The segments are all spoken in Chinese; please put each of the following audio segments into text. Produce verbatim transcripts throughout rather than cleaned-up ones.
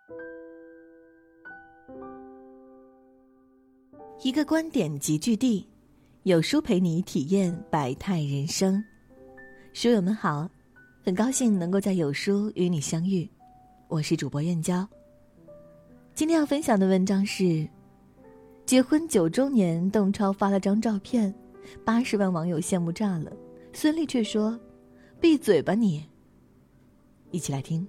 一个观点集聚地，有书陪你体验百态人生。书友们好，很高兴能够在有书与你相遇，我是主播燕娇。今天要分享的文章是结婚九周年，邓超发了张照片，八十万网友羡慕炸了，孙俪却说闭嘴吧你。一起来听。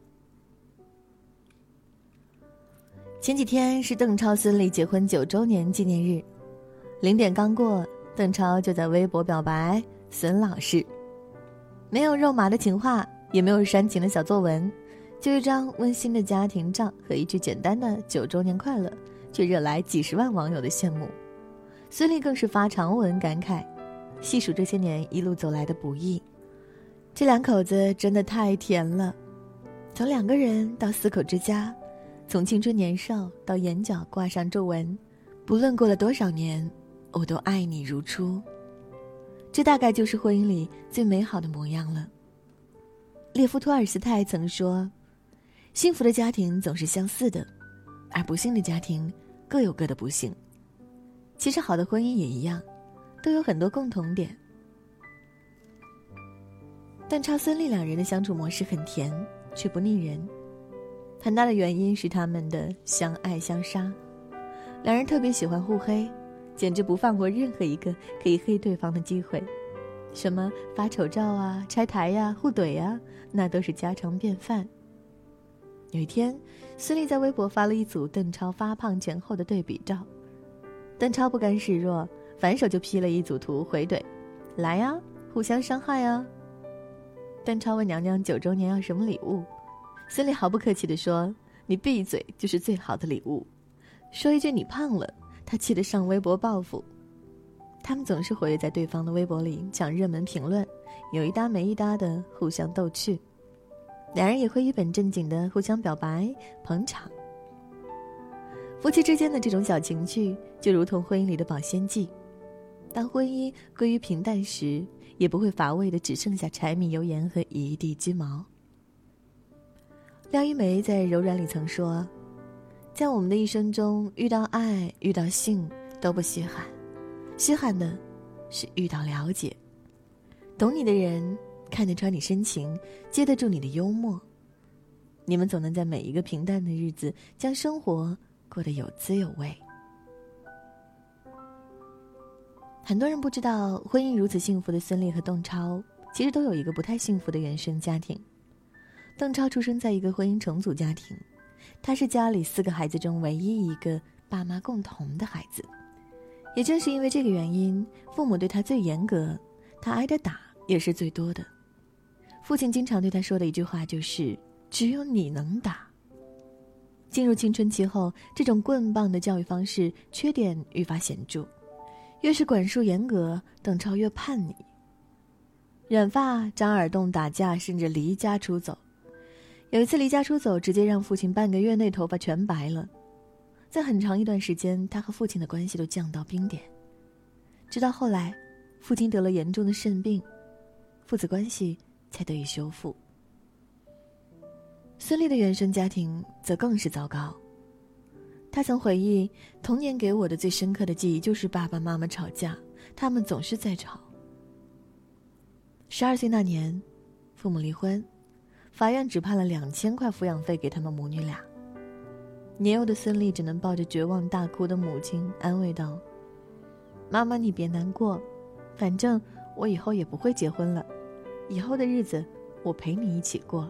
前几天是邓超孙俪结婚九周年纪念日，零点刚过，邓超就在微博表白孙老师，没有肉麻的情话，也没有煽情的小作文，就一张温馨的家庭照和一句简单的九周年快乐，却惹来几十万网友的羡慕。孙俪更是发长文感慨，细数这些年一路走来的不易，这两口子真的太甜了，从两个人到四口之家，从青春年少到眼角挂上皱纹，不论过了多少年，我都爱你如初。这大概就是婚姻里最美好的模样了。列夫·托尔斯泰曾说，幸福的家庭总是相似的，而不幸的家庭各有各的不幸。其实好的婚姻也一样，都有很多共同点。邓超孙俪两人的相处模式很甜，却不腻人。很大的原因是他们的相爱相杀，两人特别喜欢互黑，简直不放过任何一个可以黑对方的机会。什么发丑照啊、拆台呀、啊、互怼呀、啊，那都是家常便饭。有一天，孙俪在微博发了一组邓超发胖前后的对比照，邓超不甘示弱，反手就 P 了一组图回怼：来呀，互相伤害啊。邓超问娘娘九周年要什么礼物，孙俪毫不客气地说：你闭嘴就是最好的礼物。说一句你胖了，他气得上微博报复。他们总是活跃在对方的微博里抢热门评论，有一搭没一搭的互相逗趣，两人也会一本正经的互相表白捧场。夫妻之间的这种小情趣就如同婚姻里的保鲜剂，当婚姻归于平淡时，也不会乏味的只剩下柴米油盐和一地鸡毛。廖一梅在《柔软》里曾说，在我们的一生中，遇到爱遇到性都不稀罕，稀罕的是遇到了解，懂你的人，看得穿你深情，接得住你的幽默，你们总能在每一个平淡的日子将生活过得有滋有味。很多人不知道，婚姻如此幸福的孙俪和邓超其实都有一个不太幸福的原生家庭。邓超出生在一个婚姻重组家庭，他是家里四个孩子中唯一一个爸妈共同的孩子。也正是因为这个原因，父母对他最严格，他挨的打也是最多的。父亲经常对他说的一句话就是只有你能打。进入青春期后，这种棍棒的教育方式缺点愈发显著，越是管束严格，邓超越叛逆。染发、扎耳洞、打架，甚至离家出走。有一次离家出走，直接让父亲半个月内头发全白了。在很长一段时间，他和父亲的关系都降到冰点。直到后来，父亲得了严重的肾病，父子关系才得以修复。孙俪的原生家庭则更是糟糕。他曾回忆，童年给我的最深刻的记忆就是爸爸妈妈吵架，他们总是在吵。十二岁那年，父母离婚，法院只判了两千块抚养费给他们母女俩。年幼的孙俪只能抱着绝望大哭的母亲安慰道：妈妈你别难过，反正我以后也不会结婚了，以后的日子我陪你一起过。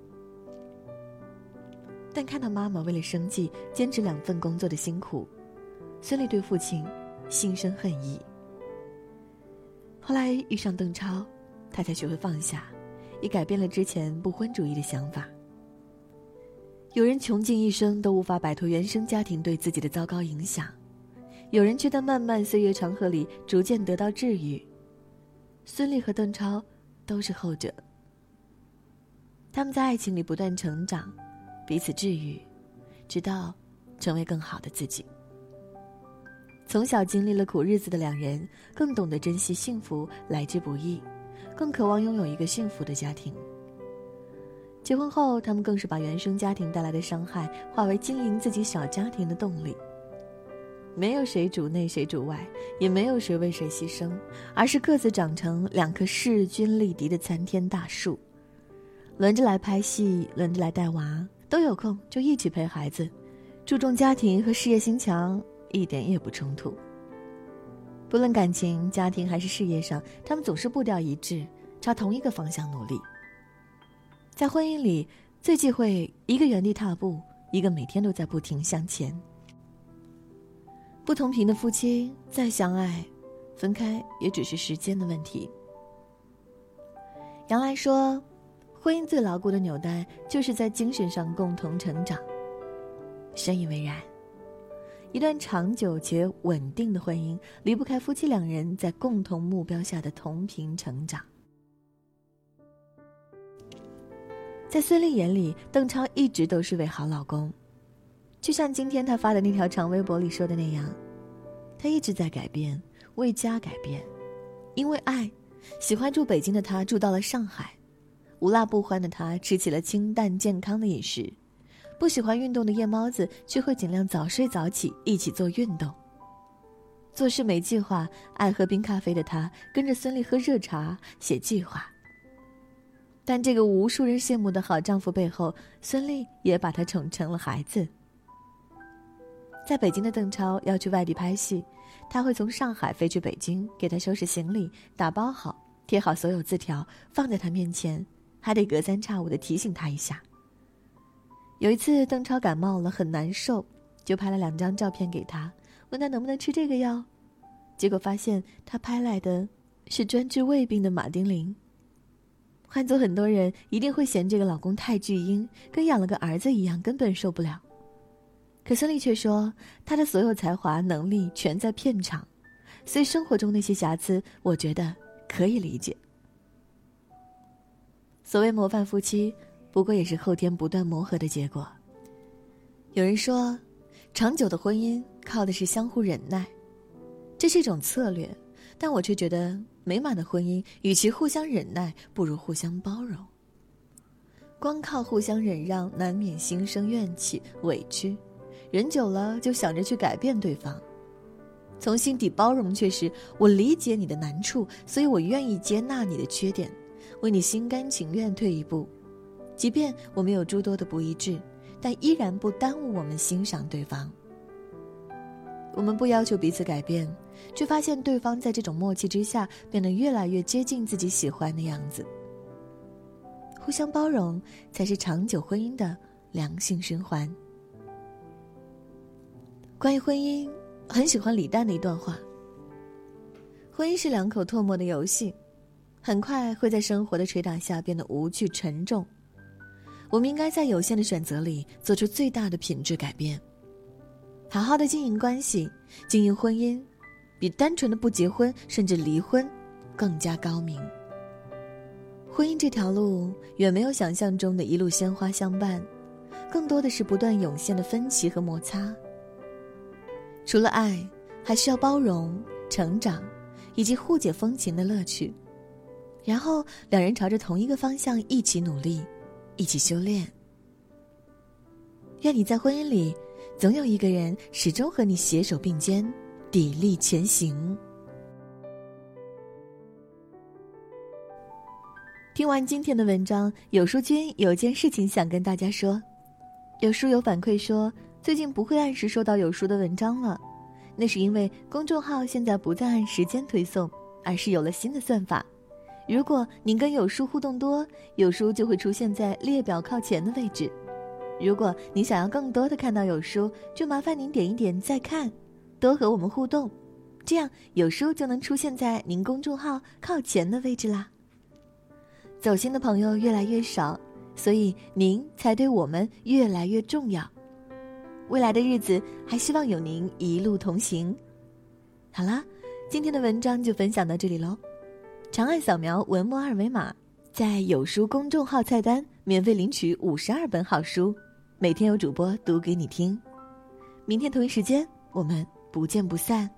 但看到妈妈为了生计坚持两份工作的辛苦，孙俪对父亲心生恨意。后来遇上邓超，他才学会放下，也改变了之前不婚主义的想法。有人穷尽一生都无法摆脱原生家庭对自己的糟糕影响，有人却在漫漫岁月长河里逐渐得到治愈。孙俪和邓超都是后者。他们在爱情里不断成长，彼此治愈，直到成为更好的自己。从小经历了苦日子的两人，更懂得珍惜幸福来之不易，更渴望拥有一个幸福的家庭。 结婚后，他们更是把原生家庭带来的伤害化为经营自己小家庭的动力。没有谁主内谁主外，也没有谁为谁牺牲，而是各自长成两棵势均力敌的参天大树，轮着来拍戏，轮着来带娃，都有空就一起陪孩子，注重家庭和事业心强，一点也不冲突。不论感情、家庭还是事业上，他们总是步调一致，朝同一个方向努力。在婚姻里，最忌讳一个原地踏步，一个每天都在不停向前。不同频的夫妻再相爱，分开也只是时间的问题。杨澜说，婚姻最牢固的纽带就是在精神上共同成长。深以为然。一段长久且稳定的婚姻，离不开夫妻两人在共同目标下的同频成长。在孙俪眼里，邓超一直都是位好老公。就像今天他发的那条长微博里说的那样，他一直在改变，为家改变。因为爱，喜欢住北京的他住到了上海，无辣不欢的他吃起了清淡健康的饮食，不喜欢运动的夜猫子却会尽量早睡早起，一起做运动。做事没计划，爱喝冰咖啡的他跟着孙俪喝热茶，写计划。但这个无数人羡慕的好丈夫背后，孙俪也把他宠成了孩子。在北京的邓超要去外地拍戏，他会从上海飞去北京，给他收拾行李，打包好，贴好所有字条，放在他面前，还得隔三差五地提醒他一下。有一次邓超感冒了，很难受，就拍了两张照片给他，问他能不能吃这个药。结果发现他拍来的是专治胃病的马丁啉。换做很多人一定会嫌这个老公太巨婴，跟养了个儿子一样，根本受不了。可孙俪却说，她的所有才华能力全在片场，所以生活中那些瑕疵，我觉得可以理解。所谓模范夫妻，不过也是后天不断磨合的结果。有人说，长久的婚姻靠的是相互忍耐，这是一种策略，但我却觉得美满的婚姻与其互相忍耐，不如互相包容。光靠互相忍让，难免心生怨气委屈，人久了就想着去改变对方。从心底包容却是，我理解你的难处，所以我愿意接纳你的缺点，为你心甘情愿退一步，即便我们有诸多的不一致，但依然不耽误我们欣赏对方。我们不要求彼此改变，却发现对方在这种默契之下变得越来越接近自己喜欢的样子。互相包容才是长久婚姻的良性循环。关于婚姻，很喜欢李诞的一段话：婚姻是两口唾沫的游戏，很快会在生活的捶打下变得无趣沉重。我们应该在有限的选择里做出最大的品质改变，好好的经营关系，经营婚姻，比单纯的不结婚甚至离婚更加高明。婚姻这条路远没有想象中的一路鲜花相伴，更多的是不断涌现的分歧和摩擦。除了爱，还需要包容、成长，以及互解风情的乐趣。然后两人朝着同一个方向一起努力，一起修炼。愿你在婚姻里，总有一个人始终和你携手并肩，砥砺前行。听完今天的文章，有书君有件事情想跟大家说。有书友反馈说，最近不会按时收到有书的文章了，那是因为公众号现在不再按时间推送，而是有了新的算法。如果您跟有书互动多，有书就会出现在列表靠前的位置。如果您想要更多的看到有书，就麻烦您点一点再看，多和我们互动，这样有书就能出现在您公众号靠前的位置啦。走心的朋友越来越少，所以您才对我们越来越重要。未来的日子还希望有您一路同行。好啦，今天的文章就分享到这里咯。长按扫描文末二维码，在有书公众号菜单免费领取五十二本好书，每天有主播读给你听。明天同一时间，我们不见不散。